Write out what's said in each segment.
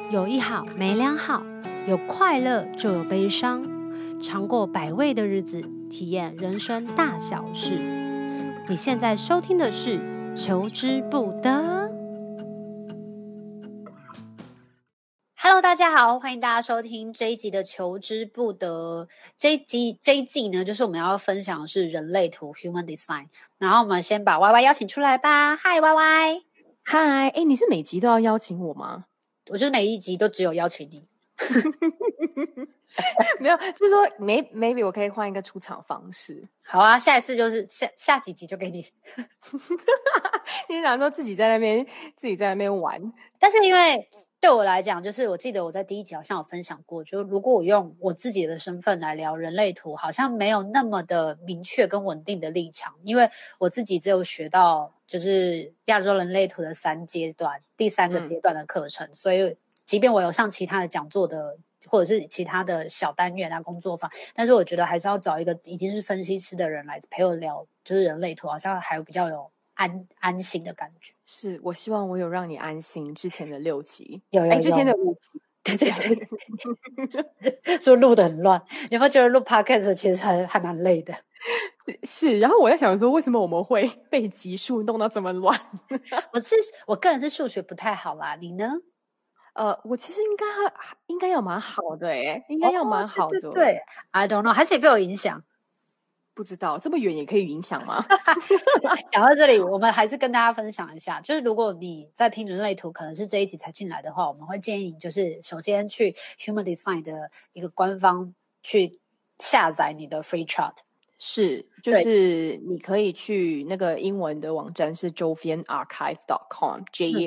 有一好没两好，有快乐就有悲伤，尝过百味的日子，体验人生大小事。你现在收听的是《求之不得》。Hello， 大家好，欢迎大家收听这一集的《求之不得》。这一季呢，就是我们要分享的是人类图 （Human Design）。然后我们先把 YY 邀请出来吧。嗨，YY。 嗨，你是每集都要邀请我吗？ 我就是每一集都只有邀请你。 没有，就是说 maybe 我可以换一个出场方式。 好啊，下一次就是下几集就给你。 你想说自己在那边玩， 但是因为对我来讲，就是我记得我在第一集好像有分享过，就如果我用我自己的身份来聊人类图，好像没有那么的明确跟稳定的立场，因为我自己只有学到就是亚洲人类图的3阶段，第3个阶段的课程，所以即便我有上其他的讲座的或者是其他的小单元啊工作坊，但是我觉得还是要找一个已经是分析师的人来陪我聊，就是人类图好像还比较有安心的感觉。 是我希望我有让你安心。之前的6集有之前的5集， 对，就录得很乱。你有没有觉得录 podcast 其实还蛮累的？ 是，然后我在想说，为什么我们会被集数弄到这么乱？ 我个人是数学不太好啦，你呢？ 我其实应该要蛮好的应该要蛮好的。 对 I don't know， 还是也被我影响。 不知道这么远也可以影响吗？ 讲到这里，我们还是跟大家分享一下，就是如果你在听人类图，可能是这一集才进来的话，我们会建议你就是首先去 Human Design 的一个官方去下载你的 free chart。 是，就是你可以去那个英文的网站是 jovianarchive.com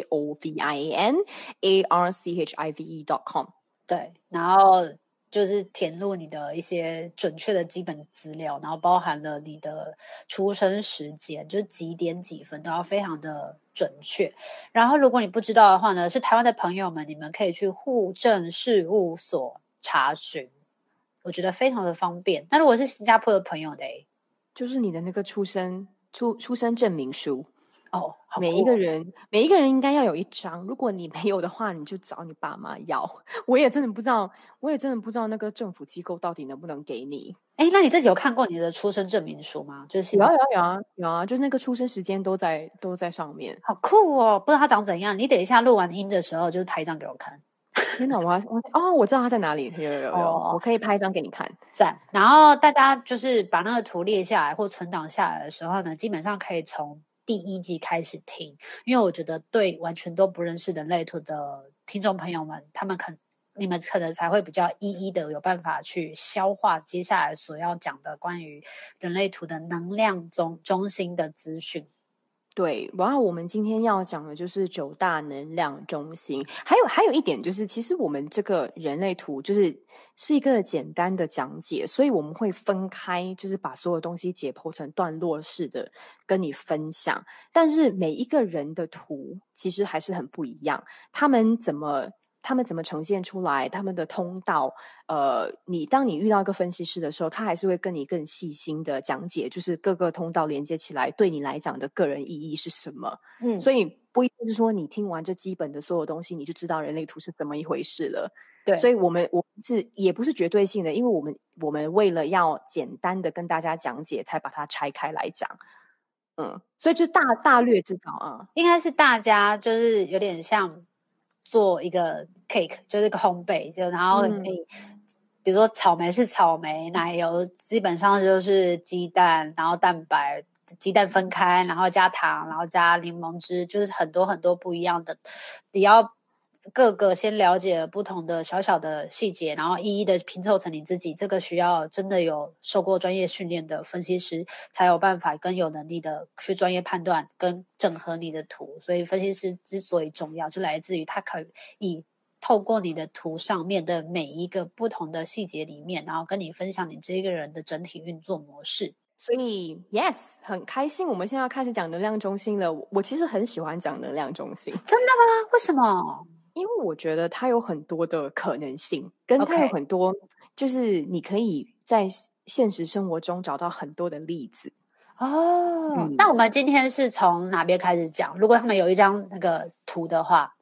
JOVIANARCHIVE.com。 对，然后就是填入你的一些准确的基本资料，然后包含了你的出生时间，就是几点几分都要非常的准确。然后如果你不知道的话呢，是台湾的朋友们，你们可以去户政事务所查询，我觉得非常的方便。那如果是新加坡的朋友呢， 就是你的那个出生证明书哦，好酷哦。 每一个人应该要有一张，如果你没有的话，你就找你爸妈要。我也真的不知道那个政府机构到底能不能给你。 那你自己有看过你的出生证明书吗？就是有啊，就是那个出生时间都在上面。 好酷哦，不知道它长怎样。你等一下录完音的时候，就是拍一张给我看。 天哪，我知道它在哪里，有，我可以拍一张给你看。 赞。然后大家就是把那个图列下来或存档下来的时候呢，基本上可以从第1集开始听，因为我觉得对完全都不认识人类图的听众朋友们，你们可能才会比较一一的有办法去消化接下来所要讲的关于人类图的能量中心的资讯。 对，然后我们今天要讲的就是9大能量中心。还有一点就是，其实我们这个人类图是一个简单的讲解，所以我们会分开，就是把所有东西解剖成段落式的跟你分享。但是每一个人的图其实还是很不一样，他们怎么呈现出来，他们的通道，当你遇到一个分析师的时候，他还是会跟你更细心的讲解，就是各个通道连接起来对你来讲的个人意义是什么。所以不一定是说你听完这基本的所有东西，你就知道人类图是怎么一回事了。 对， 所以我们也不是绝对性的，因为我们为了要简单的跟大家讲解，才把它拆开来讲。所以就大略知道啊， 应该是大家就是有点像做一个 cake， 就是一个烘焙，然后你比如说草莓是草莓，奶油基本上就是鸡蛋，然后蛋白，鸡蛋分开，然后加糖，然后加柠檬汁，就是很多很多不一样的，你要各个先了解不同的小小的细节，然后一一的拼凑成你自己。这个需要真的有受过专业训练的分析师才有办法跟有能力的去专业判断跟整合你的图。所以分析师之所以重要，就来自于他可以透过你的图上面的每一个不同的细节里面，然后跟你分享你这个人的整体运作模式。 所以 yes， 很开心我们现在要开始讲能量中心了。我其实很喜欢讲能量中心。 真的吗？为什么？ 因为我觉得它有很多的可能性，跟它有很多就是你可以在现实生活中找到很多的例子。 那我们今天是从哪边开始讲？如果他们有一张那个图的话，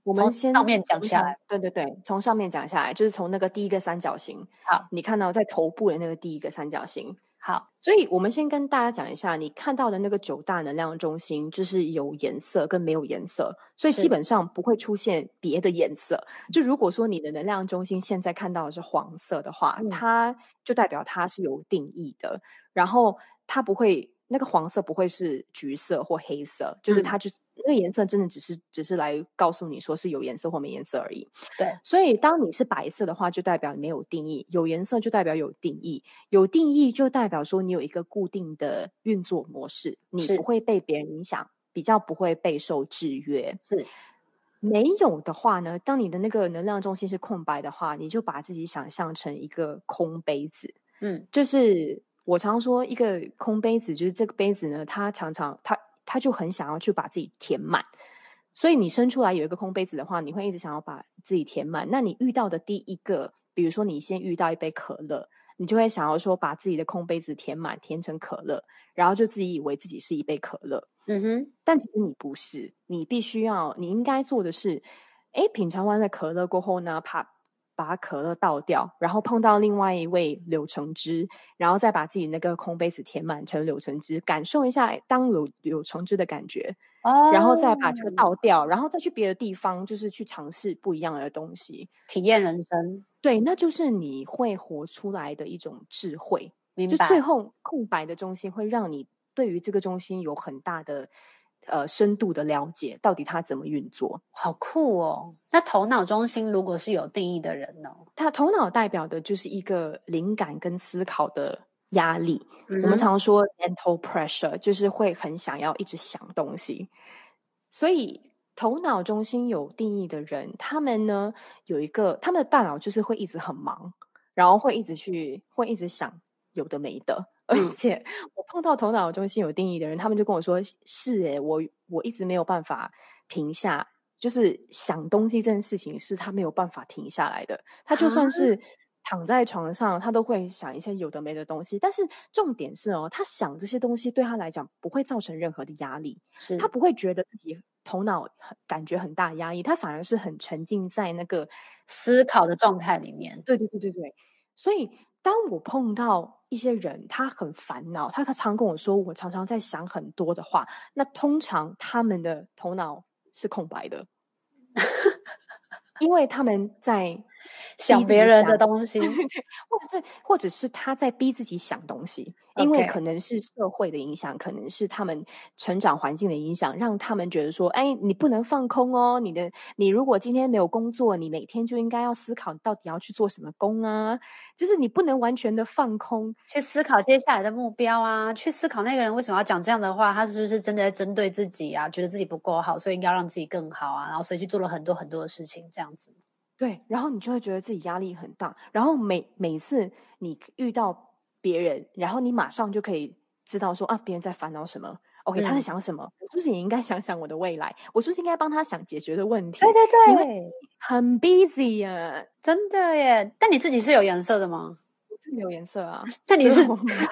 我们先上面讲下来。 对对对，从上面讲下来，就是从那个第一个三角形。 好， 你看到在头部的那个第一个三角形。 好， 所以我们先跟大家讲一下，你看到的那个9大能量中心就是有颜色跟没有颜色，所以基本上不会出现别的颜色。就如果说你的能量中心现在看到的是黄色的话，它就代表它是有定义的，然后它不会，那个黄色不会是橘色或黑色，就是它就是那个颜色真的只是来告诉你说是有颜色或没颜色而已。 对， 所以当你是白色的话，就代表没有定义；有颜色就代表有定义；有定义就代表说你有一个固定的运作模式，你不会被别人影响，比较不会备受制约。 是。 没有的话呢，当你的那个能量中心是空白的话，你就把自己想象成一个空杯子。就是我常说一个空杯子，就是这个杯子呢，它常常它就很想要去把自己填满。所以你生出来有一个空杯子的话，你会一直想要把自己填满。那你遇到的第一个，比如说你先遇到一杯可乐，你就会想要说把自己的空杯子填满，填成可乐，然后就自己以为自己是一杯可乐。但其实你不是，你应该做的是，品尝完了可乐过后呢，把可乐倒掉，然后碰到另外一位柳橙汁，然后再把自己那个空杯子填满成柳橙汁，感受一下当柳橙汁的感觉。然后再把这个倒掉，然后再去别的地方，就是去尝试不一样的东西， 体验人生。 对，那就是你会活出来的一种智慧。 明白。 就最后空白的中心会让你对于这个中心有很大的深度的了解，到底它怎么运作。 好酷哦！那头脑中心如果是有定义的人呢？ 它头脑代表的就是一个灵感跟思考的压力。我们常说 mental pressure， 就是会很想要一直想东西。所以头脑中心有定义的人，他们呢他们的大脑就是会一直很忙，然后会一直想有的没的。而且我碰到头脑中心有定义的人，他们就跟我说是我一直没有办法停下，就是想东西这件事情是他没有办法停下来的。他就算是躺在床上，他都会想一些有的没的东西。但是重点是他想这些东西对他来讲不会造成任何的压力，他不会觉得自己头脑感觉很大压力，他反而是很沉浸在那个思考的状态里面。 对。所以当我碰到一些人他很烦恼，他常跟我说我常常在想很多的话，那通常他们的头脑是空白的。因为他们在想别人的东西或者是他在逼自己想东西，因为可能是社会的影响，可能是他们成长环境的影响，让他们觉得说你不能放空哦，你如果今天没有工作，你每天就应该要思考你到底要去做什么工啊，就是你不能完全的放空， 去思考接下来的目标啊，去思考那个人为什么要讲这样的话，他是不是真的在针对自己啊，觉得自己不够好，所以应该让自己更好啊，然后所以去做了很多很多的事情这样子。 对，然后你就会觉得自己压力很大，然后每次你遇到别人，然后你马上就可以知道说别人在烦恼什么 ，OK，他在想什么，我是不是也应该想想我的未来？我是不是应该帮他想解决的问题？ 对， 你会很 busy 啊， 真的耶。但你自己是有颜色的吗？ 我自己有颜色啊。 那你是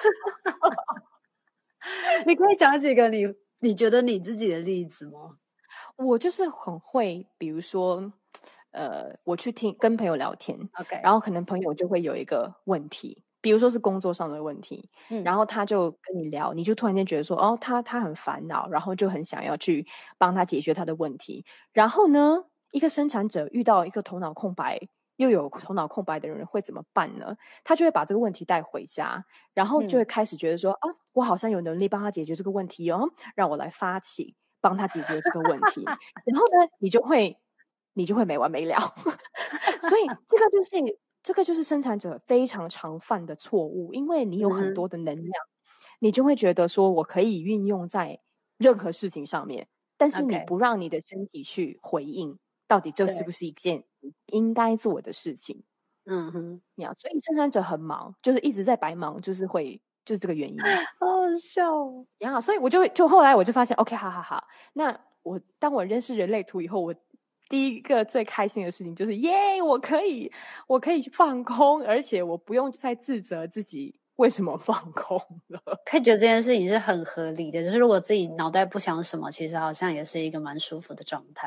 你可以讲几个你觉得你自己的例子吗？ 我就是很会，比如说我去跟朋友聊天 OK， 然后可能朋友就会有一个问题，比如说是工作上的问题，然后他就跟你聊，你就突然间觉得说他很烦恼，然后就很想要去帮他解决他的问题。然后呢，一个生产者遇到一个头脑空白又有头脑空白的人会怎么办呢？他就会把这个问题带回家，然后就会开始觉得说我好像有能力帮他解决这个问题哦，让我来发起帮他解决这个问题。然后呢，你就会没完没了。所以这个就是生产者非常常犯的错误，因为你有很多的能量，你就会觉得说我可以运用在任何事情上面，但是你不让你的身体去回应，到底这是不是一件应该做的事情？所以生产者很忙，就是一直在白忙，就是这个原因。 好好笑哦。所以我就后来我就发现 OK， 好，那当我认识人类图以后，我第一个最开心的事情就是耶，我可以去放空，而且我不用再自责自己为什么放空了。 可以觉得这件事情是很合理的，就是如果自己脑袋不想什么，其实好像也是一个蛮舒服的状态。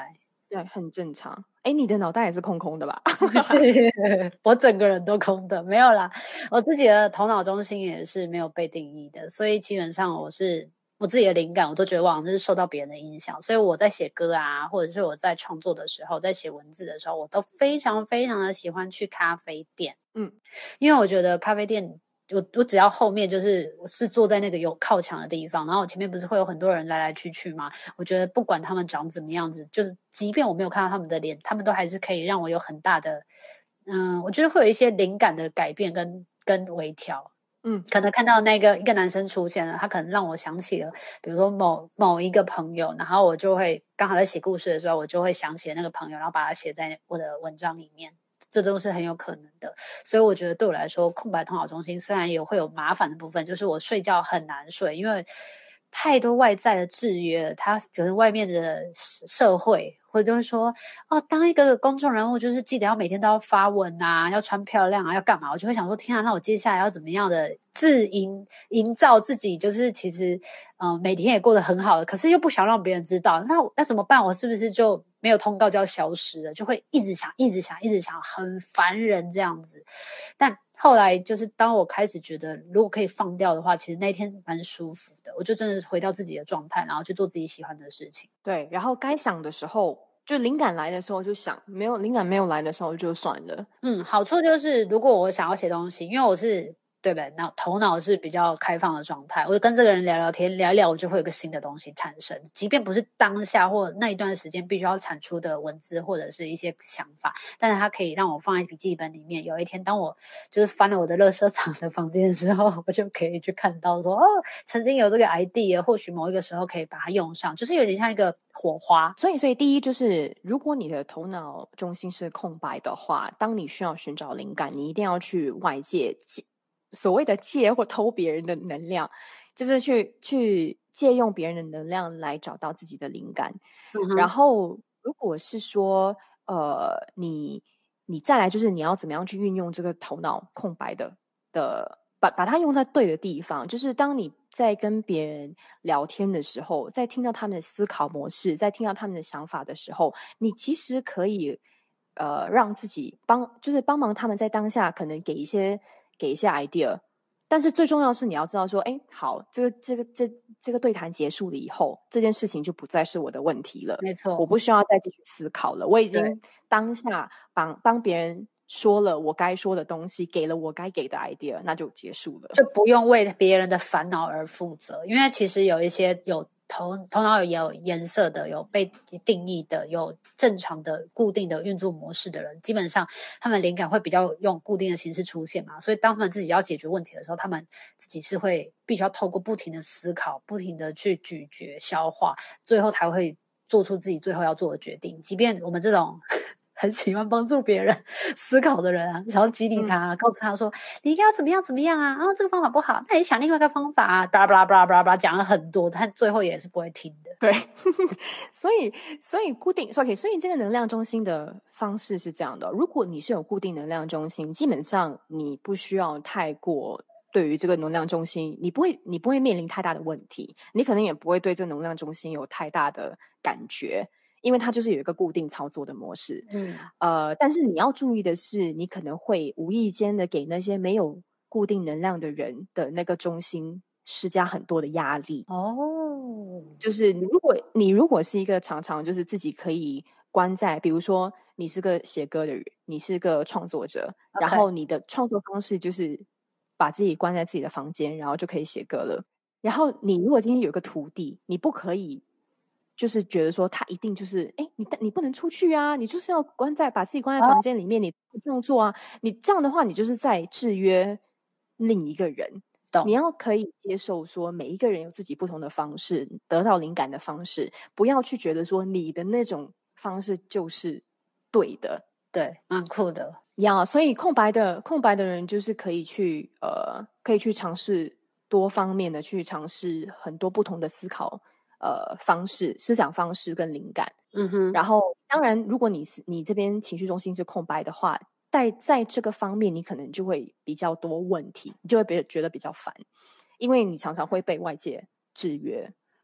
对，很正常。你的脑袋也是空空的吧？ 我整个人都空的，没有啦。我自己的头脑中心也是没有被定义的，所以基本上我自己的灵感，我都觉得我好像是受到别人的影响。所以我在写歌啊，或者是我在创作的时候，在写文字的时候，我都非常非常的喜欢去咖啡店。因为我觉得咖啡店。我只要后面我是坐在那个有靠墙的地方，然后我前面不是会有很多人来来去去吗？我觉得不管他们长怎么样子，就是即便我没有看到他们的脸，他们都还是可以让我有很大的，我觉得会有一些灵感的改变跟微调。可能看到一个男生出现了，他可能让我想起了，比如说某一个朋友，然后我就会刚好在写故事的时候，我就会想起那个朋友，然后把它写在我的文章里面。这都是很有可能的，所以我觉得对我来说，空白头脑中心虽然也会有麻烦的部分，就是我睡觉很难睡，因为太多外在的制约，它可能外面的社会或者就会说，当一个公众人物，就是记得要每天都要发文啊，要穿漂亮啊，要干嘛？我就会想说，天啊，那我接下来要怎么样的营造自己，就是其实每天也过得很好的，可是又不想让别人知道，那怎么办？我是不是就没有通告就要消失了？就会一直想，很烦人这样子。但后来就是当我开始觉得，如果可以放掉的话，其实那天蛮舒服的。我就真的回到自己的状态，然后去做自己喜欢的事情。 对，然后该想的时候，就灵感来的时候就想，灵感没有来的时候就算了。 好处就是如果我想要写东西，因为我是对不对？头脑是比较开放的状态，我就跟这个人聊聊天，聊一聊，我就会有个新的东西产生。即便不是当下或那一段时间必须要产出的文字或者是一些想法，但是它可以让我放在笔记本里面。有一天，当我就是翻了我的垃圾场的房间之后，我就可以去看到说，曾经有这个 idea， 或许某一个时候可以把它用上，就是有点像一个火花。 所以第一就是，如果你的头脑中心是空白的话，当你需要寻找灵感，你一定要去外界所谓的借或偷别人的能量，就是去借用别人的能量来找到自己的灵感。然后，如果是说，你再来就是你要怎么样去运用这个头脑空白的把它用在对的地方，就是当你在跟别人聊天的时候，在听到他们的思考模式，在听到他们的想法的时候，你其实可以让自己帮忙他们在当下可能给一些 idea，但是最重要是你要知道说，好，这个对谈结束了以后，这件事情就不再是我的问题了， 没错， 我不需要再继续思考了，我已经当下帮别人说了我该说的东西，给了我该给的 idea， 那就结束了， 就不用为别人的烦恼而负责。因为其实有一些有头脑有颜色的，有被定义的，有正常的固定的运作模式的人，基本上他们灵感会比较用固定的形式出现嘛，所以当他们自己要解决问题的时候，他们自己是会必须要透过不停的思考，不停的去咀嚼消化，最后才会做出自己最后要做的决定。即便我们这种很喜欢帮助别人思考的人啊，想要激励他，告诉他说你应该要怎么样怎么样啊，这个方法不好，那你想另外一个方法啊，巴拉巴拉巴拉巴拉巴拉讲了很多，但最后也是不会听的。 对，所以固定 OK， 所以这个能量中心的方式是这样的，如果你是有固定能量中心，基本上你不需要太过对于这个能量中心，你不会面临太大的问题，你可能也不会对这个能量中心有太大的感觉，因为它就是有一个固定操作的模式。但是你要注意的是，你可能会无意间的给那些没有固定能量的人的那个中心施加很多的压力。就是你如果是一个常常就是自己可以关在，比如说你是个写歌的人，你是个创作者，然后你的创作方式就是把自己关在自己的房间，然后就可以写歌了。然后你如果今天有一个徒弟，你不可以就是觉得说他一定就是你不能出去啊，你就是要把自己关在房间里面，你不创作啊，你这样的话你就是在制约另一个人。你要可以接受说每一个人有自己不同的方式得到灵感的方式，不要去觉得说你的那种方式就是对的。 对，蛮酷的所以空白的人就是可以去尝试多方面的去尝试很多不同的思考方式、思想方式跟灵感。然后当然如果你这边情绪中心是空白的话，在这个方面你可能就会比较多问题，你就会觉得比较烦，因为你常常会被外界制约。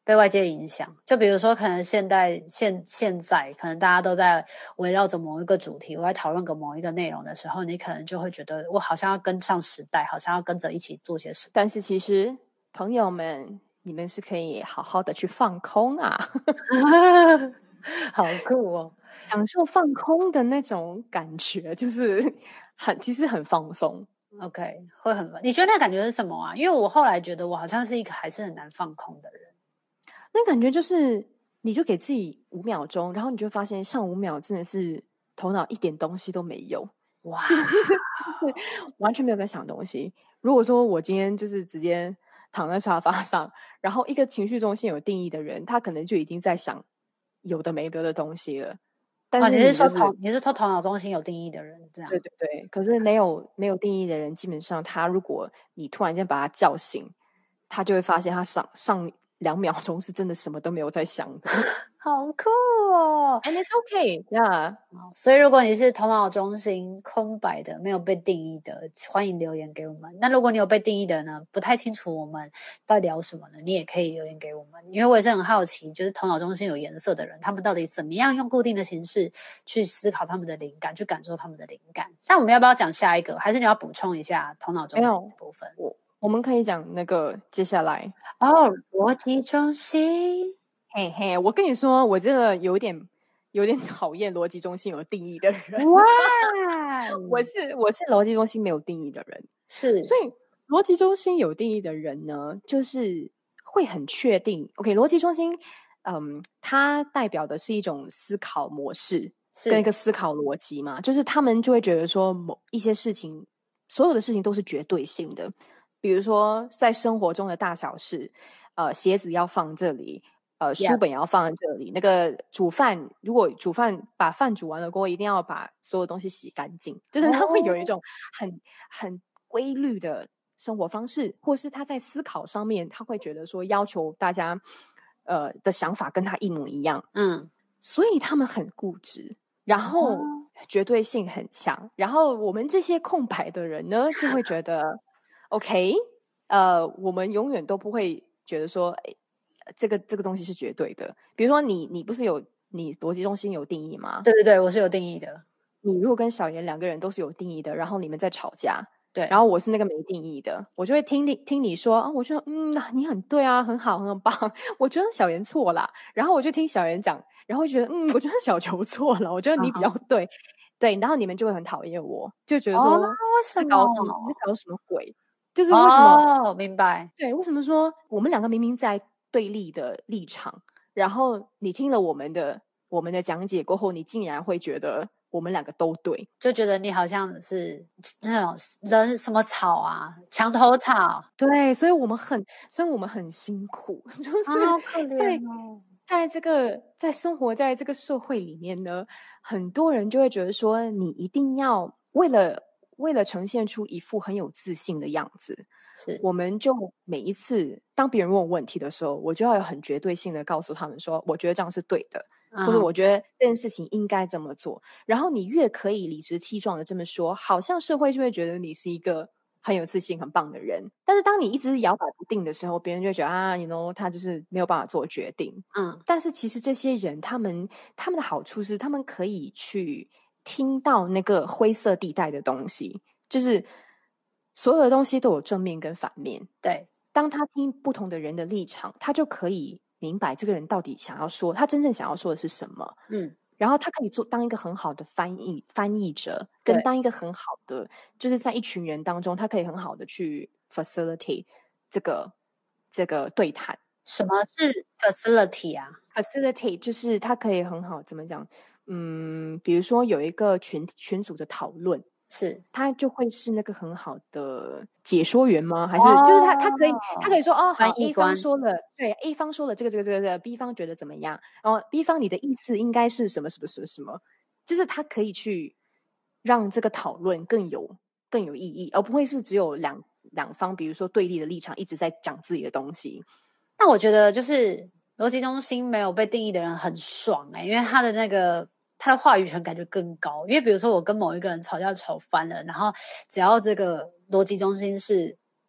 被外界影响。就比如说可能现在可能大家都在围绕着某一个主题，我在讨论个某一个内容的时候，你可能就会觉得我好像要跟上时代，好像要跟着一起做些什么。 但是其实朋友们，你们是可以好好的去放空啊。 好酷哦， 享受放空的那种感觉，就是其实很放松。 OK， 会很，你觉得那感觉是什么啊？因为我后来觉得我好像是一个还是很难放空的人。 那感觉就是，你就给自己5秒钟，然后你就发现上5秒真的是头脑一点东西都没有， 哇， 就是完全没有在想东西。如果说我今天就是直接躺在沙发上，然后一个情绪中心有定义的人，他可能就已经在想有的没得的东西了。但是你是说就是你是说头脑中心有定义的人这样？ 对对对，可是没有定义的人，基本上他如果你突然间把他叫醒，他就会发现他上2秒钟是真的什么都没有在想的。 好酷哦 And it's okay, yeah. 所以如果你是头脑中心空白的，没有被定义的，欢迎留言给我们。那如果你有被定义的呢，不太清楚我们在聊什么呢，你也可以留言给我们，因为我也是很好奇，就是头脑中心有颜色的人，他们到底怎么样用固定的形式去思考他们的灵感，去感受他们的灵感。那我们要不要讲下一个？还是你要补充一下头脑中心的部分？ 我们可以讲那个接下来逻辑中心。 嘿嘿，我跟你说，我这个有点讨厌逻辑中心有定义的人。 哇， 我是逻辑中心没有定义的人， 是， 所以逻辑中心有定义的人呢，就是会很确定。OK，逻辑中心，它代表的是一种思考模式跟一个思考逻辑嘛，就是他们就会觉得说，某一些事情，所有的事情都是绝对性的。比如说，在生活中的大小事，鞋子要放这里，书本也要放在这里。那个煮饭，如果把饭煮完了过后，一定要把所有东西洗干净。就是他会有一种很规律的生活方式，或是他在思考上面，他会觉得说要求大家的想法跟他一模一样。所以他们很固执，然后绝对性很强。然后我们这些空白的人呢，就会觉得。OK，我们永远都不会觉得说，这个东西是绝对的。比如说你不是你逻辑中心有定义吗？ 对对对，我是有定义的。 你如果跟小妍2个人都是有定义的，然后你们在吵架， 对， 然后我是那个没定义的，我就会听你说啊，我就你很对啊，很好，很棒。我觉得小妍错了，然后我就听小妍讲，然后觉得我觉得小球错了，我觉得你比较对，对，然后你们就会很讨厌我，就觉得说为什么？ 你搞什么鬼？就是为什么？ 明白。 对，为什么说我们2个明明在对立的立场，然后你听了我们的讲解过后，你竟然会觉得我们2个都对， 就觉得你好像是那种人什么草啊，墙头草。 对，所以我们很辛苦，就是好可怜哦。 在生活在这个社会里面呢，很多人就会觉得说，你一定要为了呈现出一副很有自信的样子，我们就每一次当别人问我问题的时候，我就要有很绝对性的告诉他们说，我觉得这样是对的，或者我觉得这件事情应该这么做。然后你越可以理直气壮的这么说，好像社会就会觉得你是一个很有自信、很棒的人。但是当你一直摇摆不定的时候，别人就会觉得他就是没有办法做决定。但是其实这些人他们的好处是，他们可以去听到那个灰色地带的东西，就是所有的东西都有正面跟反面。 对， 当他听不同的人的立场，他就可以明白这个人到底想要说，他真正想要说的是什么。然后他可以当一个很好的翻译者，跟当一个很好的，就是在一群人当中，他可以很好的去 facilitate 这个对谈。 什么是 facility 啊 ？facilitate 就是他可以很好怎么讲？比如说有一个群组的讨论，他就会是那个很好的解说员吗？还是就是他可以说好 A 方说了，对 A 方说了这个 B 方觉得怎么样？然后 B 方你的意思应该是什么什么什么什么？就是他可以去让这个讨论更有意义，而不会是只有两方，比如说对立的立场一直在讲自己的东西。 那我觉得就是逻辑中心没有被定义的人很爽因为他的话语权感觉更高。因为比如说我跟某一个人吵架吵翻了，然后只要这个逻辑中心是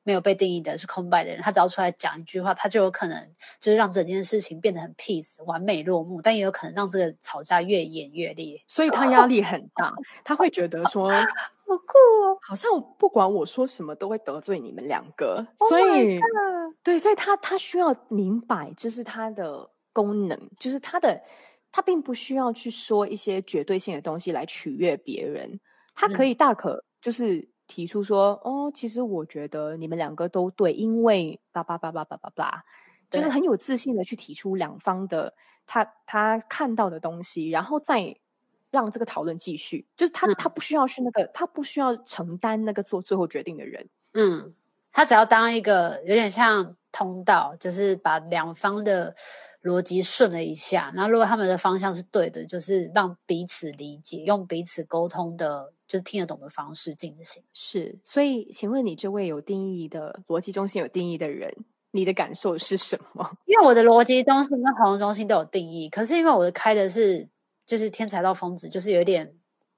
没有被定义的是空白的人，他只要出来讲一句话，他就有可能就是让整件事情变得很 peace 完美落幕，但也有可能让这个吵架越演越烈， 所以他压力很大，他会觉得说好酷哦， 好像不管我说什么都会得罪你们两个， Oh 所 my 以 God 对，所以他需要明白这是他的功能，就是他并不需要去说一些绝对性的东西来取悦别人，他可以大可就是提出说，哦，其实我觉得你们两个都对，因为叭叭叭叭叭叭叭，就是很有自信的去提出两方的他看到的东西，然后再让这个讨论继续，就是他不需要是那个，他不需要承担那个做最后决定的人。 他只要当一个有点像通道，就是把两方的逻辑顺了一下，然后如果他们的方向是对的，就是让彼此理解，用彼此沟通的，就是听得懂的方式进行。 是，所以请问你这位有定义的逻辑中心有定义的人，你的感受是什么？ 因为我的逻辑中心跟活动中心都有定义，可是因为我的开的是就是天才到疯子，就是有点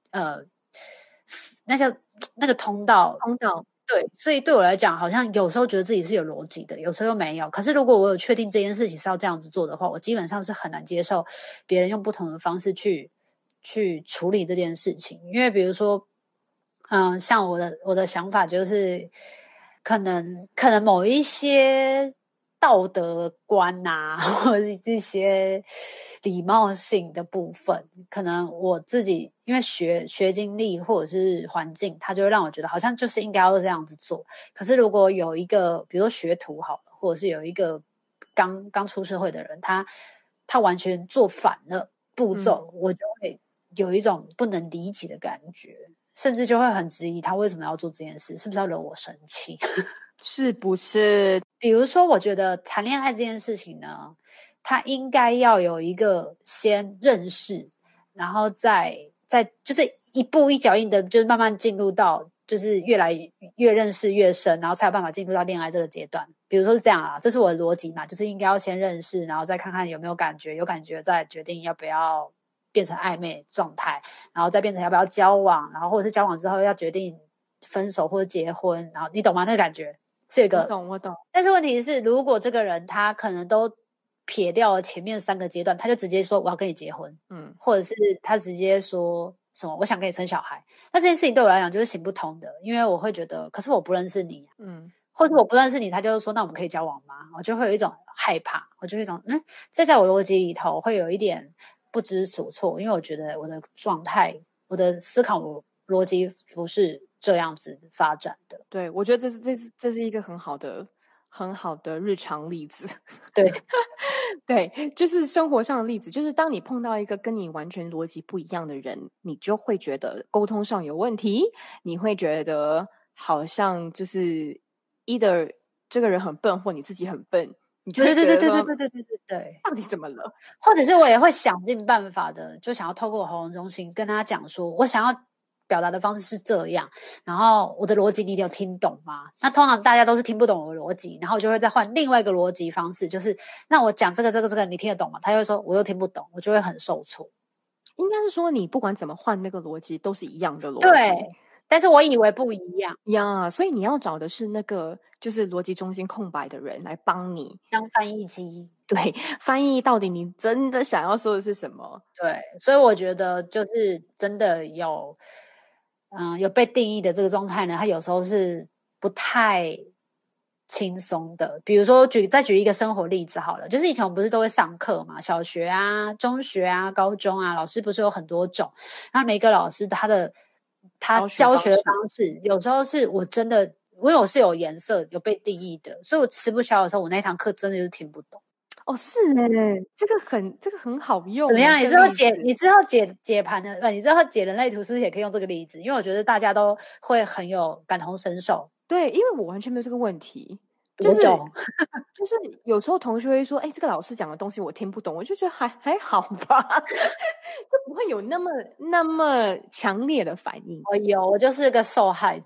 那个通道，对，所以对我来讲，好像有时候觉得自己是有逻辑的，有时候又没有。可是如果我有确定这件事情是要这样子做的话，我基本上是很难接受别人用不同的方式去处理这件事情。因为比如说，像我的想法就是，可能某一些道德观啊，或者是这些礼貌性的部分，可能我自己因为学经历或者是环境，它就会让我觉得好像就是应该要这样子做。可是如果有一个，比如说学徒好了，或者是有一个刚出社会的人，他完全做反了步骤，我就会有一种不能理解的感觉，甚至就会很质疑他为什么要做这件事，是不是要惹我生气？ 是不是？ 比如说，我觉得谈恋爱这件事情呢，它应该要有一个先认识，然后再就是一步一脚印的，就是慢慢进入到就是越来越认识越深，然后才有办法进入到恋爱这个阶段。比如说是这样啊，这是我的逻辑嘛，就是应该要先认识，然后再看看有没有感觉，有感觉再决定要不要变成暧昧状态，然后再变成要不要交往，然后或者是交往之后要决定分手或者结婚，然后你懂吗？那个感觉。是一个我懂， 但是问题是，如果这个人他可能都撇掉了前面3个阶段，他就直接说我要跟你结婚，或者是他直接说什么我想跟你生小孩，那这件事情对我来讲就是行不通的，因为我会觉得，可是我不认识你，或者我不认识你，他就说那我们可以交往吗？我就会有一种害怕，我就会有一种这在我逻辑里头会有一点不知所措，因为我觉得我的状态，我的思考逻辑不是这样子发展的。 对，我觉得这是一个很好的日常例子。 对对，就是生活上的例子，就是当你碰到一个跟你完全逻辑不一样的人，你就会觉得沟通上有问题，你会觉得好像就是either这个人很笨，或你自己很笨，你就会觉得对， 到底怎么了？ 或者是我也会想尽办法的，就想要透过喉咙中心跟他讲说，我想要表达的方式是这样，然后我的逻辑你有听懂吗？那通常大家都是听不懂我的逻辑，然后我就会再换另外一个逻辑方式，就是那我讲这个你听得懂吗？他就会说我又听不懂，我就会很受挫。 应该是说你不管怎么换那个逻辑都是一样的逻辑， 对，但是我以为不一样呀，所以你要找的是那个就是逻辑中心空白的人来帮你当翻译机， 对，翻译到底你真的想要说的是什么。 对，所以我觉得就是真的有被定义的这个状态呢，它有时候是不太轻松的。比如说再举一个生活例子好了，就是以前我们不是都会上课嘛，小学啊、中学啊、高中啊，老师不是有很多种，然后每一个老师他教学方式有时候是我真的，因为我是有颜色有被定义的，所以我吃不消的时候，我那堂课真的就是听不懂。 哦，是这个很好用。 怎么样？你之后解盘的，你之后解人类图是不是也可以用这个例子？因为我觉得大家都会很有感同身受。 对，因为我完全没有这个问题，就是有时候同学会说，这个老师讲的东西我听不懂，我就觉得还好吧，就不会有那么强烈的反应。 我就是个受害者。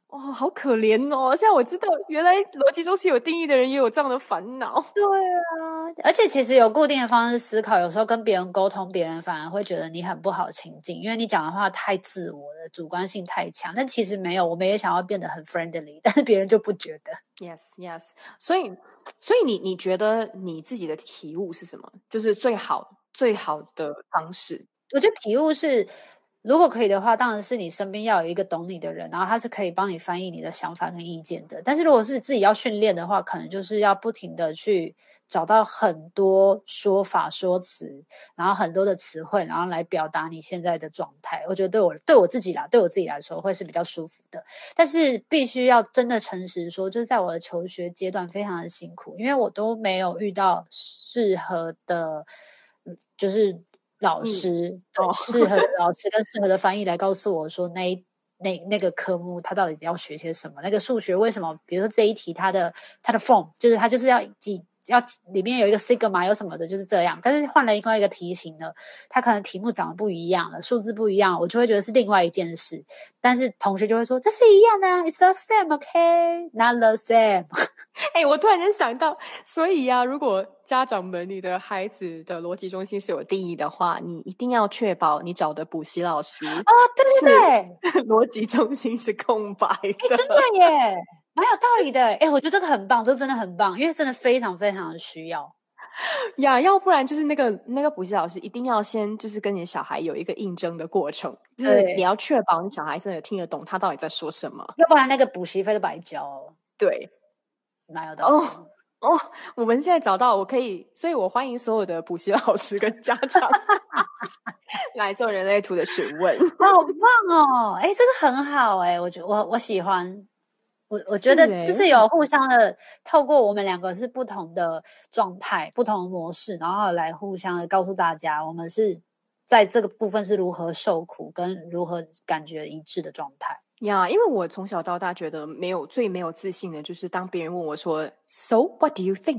哦，好可怜哦！现在我知道，原来逻辑中心有定义的人也有这样的烦恼。 对啊，而且其实有固定的方式思考，有时候跟别人沟通，别人反而会觉得你很不好亲近，因为你讲的话太自我了，主观性太强。但其实没有，我们也想要变得很 friendly， 但是别人就不觉得。 Yes，所以你觉得你自己的体悟是什么？就是最好的方式。 我觉得体悟是，如果可以的话，当然是你身边要有一个懂你的人，然后他是可以帮你翻译你的想法跟意见的。但是如果是自己要训练的话，可能就是要不停的去找到很多说法说辞，然后很多的词汇，然后来表达你现在的状态。我觉得对我自己来说会是比较舒服的。但是必须要真的诚实说，就是在我的求学阶段非常的辛苦，因为我都没有遇到适合的，就是老师，对，适合的老师跟适合的翻译来告诉我说那个科目它到底要学些什么，那个数学为什么，比如说这一题它的 form 就是它就是要里面有一个 sigma 有什么的，就是这样。但是换了另外一个题型呢，它可能题目长得不一样了，数字不一样，我就会觉得是另外一件事。但是同学就会说这是一样的啊 ，it's the same, okay, not the same 我突然间想到，所以啊，如果家长们你的孩子的逻辑中心是有定义的话，你一定要确保你找的补习老师哦，对对对， 逻辑中心是空白的。 真的耶，蛮有道理的。我觉得这个很棒，这个真的很棒，因为真的非常非常的需要。 呀，要不然就是那个补习老师一定要先就是跟你的小孩有一个应征的过程，就是你要确保你小孩真的听得懂他到底在说什么， 要不然那个补习费都白交了。 对， 哪有道理？ 我们现在找到，所以我欢迎所有的补习老师跟家长来做人类图的询问。 好棒哦！这个很好我喜欢。我觉得就是有互相的，透过我们两个是不同的状态、不同的模式，然后来互相的告诉大家，我们是在这个部分是如何受苦，跟如何感觉一致的状态。 呀，因为我从小到大觉得最没有自信的就是当别人问我说 "So what do you think?"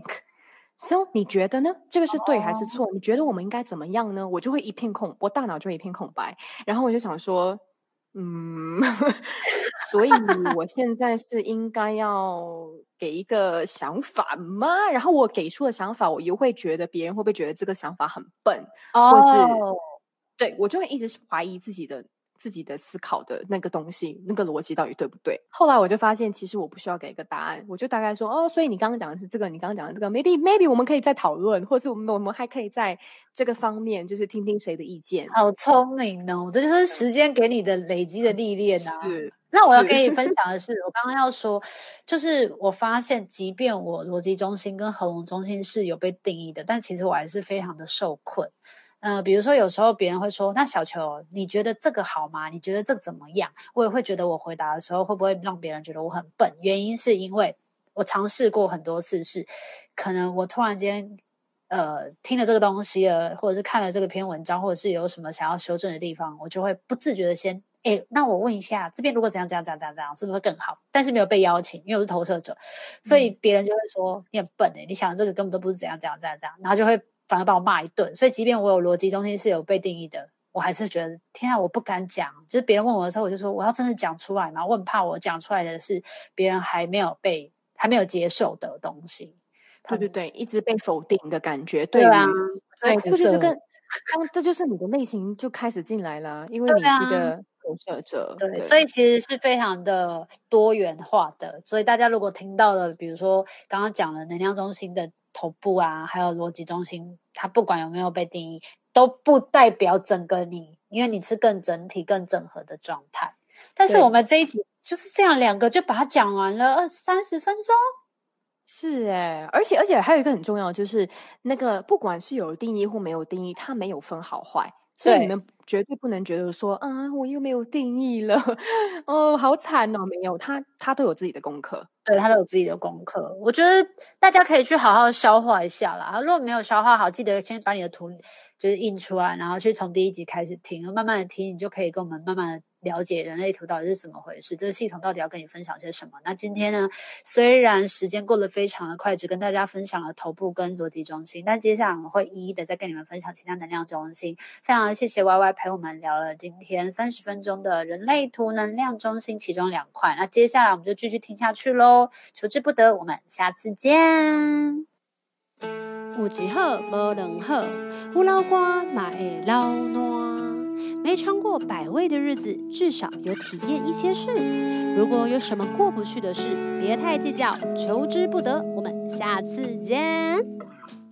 So 你觉得呢？这个是对还是错？你觉得我们应该怎么样呢？我就会我大脑就会一片空白，然后我就想说，所以我现在是应该要给一个想法吗？然后我给出的想法，我又会觉得别人会不会觉得这个想法很笨，或是对我就会一直怀疑自己的思考的那个东西，那个逻辑到底对不对？后来我就发现，其实我不需要给一个答案，我就大概说，所以你刚刚讲的是这个，你刚刚讲的这个 ，maybe 我们可以再讨论，或是我们还可以在这个方面，就是听听谁的意见。 好聪明哦！这就是时间给你的累积的历练啊。 是。 那我要跟你分享的是，我刚刚要说，就是我发现，即便我逻辑中心跟喉咙中心是有被定义的，但其实我还是非常的受困。比如说有时候别人会说，那小球你觉得这个好吗？你觉得这个怎么样？我也会觉得我回答的时候会不会让别人觉得我很笨，原因是因为我尝试过很多次，是可能我突然间听了这个东西了，或者是看了这个篇文章，或者是有什么想要修正的地方，我就会不自觉的先那我问一下，这边如果怎样，是不是会更好？但是没有被邀请，因为我是投射者，所以别人就会说你很笨你想这个根本都不是怎样，然后就会反而把我骂一顿。所以即便我有逻辑中心是有被定义的，我还是觉得天啊，我不敢讲。就是别人问我的时候，我就说我要真的讲出来嘛，我很怕我讲出来的是别人还没有接受的东西。 对，一直被否定的感觉， 对啊， 对，这就是这就是你的类型就开始进来了，因为你是一个投射者， 对，所以其实是非常的多元化的。所以大家如果听到了，比如说刚刚讲了能量中心的头部啊，还有逻辑中心，它不管有没有被定义，都不代表整个你，因为你是更整体、更整合的状态。但是我们这一集就是这样2个就把它讲完了，30分钟。 是而且还有一个很重要，就是那个不管是有定义或没有定义，它没有分好坏，所以你们绝对不能觉得说我又没有定义了，好惨哦，没有，他都有自己的功课， 对，他都有自己的功课。我觉得大家可以去好好消化一下啦。如果没有消化好，记得先把你的图就是印出来，然后去从第1集开始听，慢慢的听，你就可以跟我们慢慢的了解人类图到底是怎么回事，这个系统到底要跟你分享些什么。那今天呢，虽然时间过得非常的快，只跟大家分享了头部跟逻辑中心，但接下来我们会一一的再跟你们分享其他能量中心。非常谢谢 YY 陪我们聊了今天30分钟的人类图能量中心其中2块，那接下来我们就继续听下去咯，求之不得，我们下次见。 有一好无两好，有老瓜嘛会老烂。没尝过百味的日子，至少有体验一些事。如果有什么过不去的事，别太计较，求之不得。我们下次见。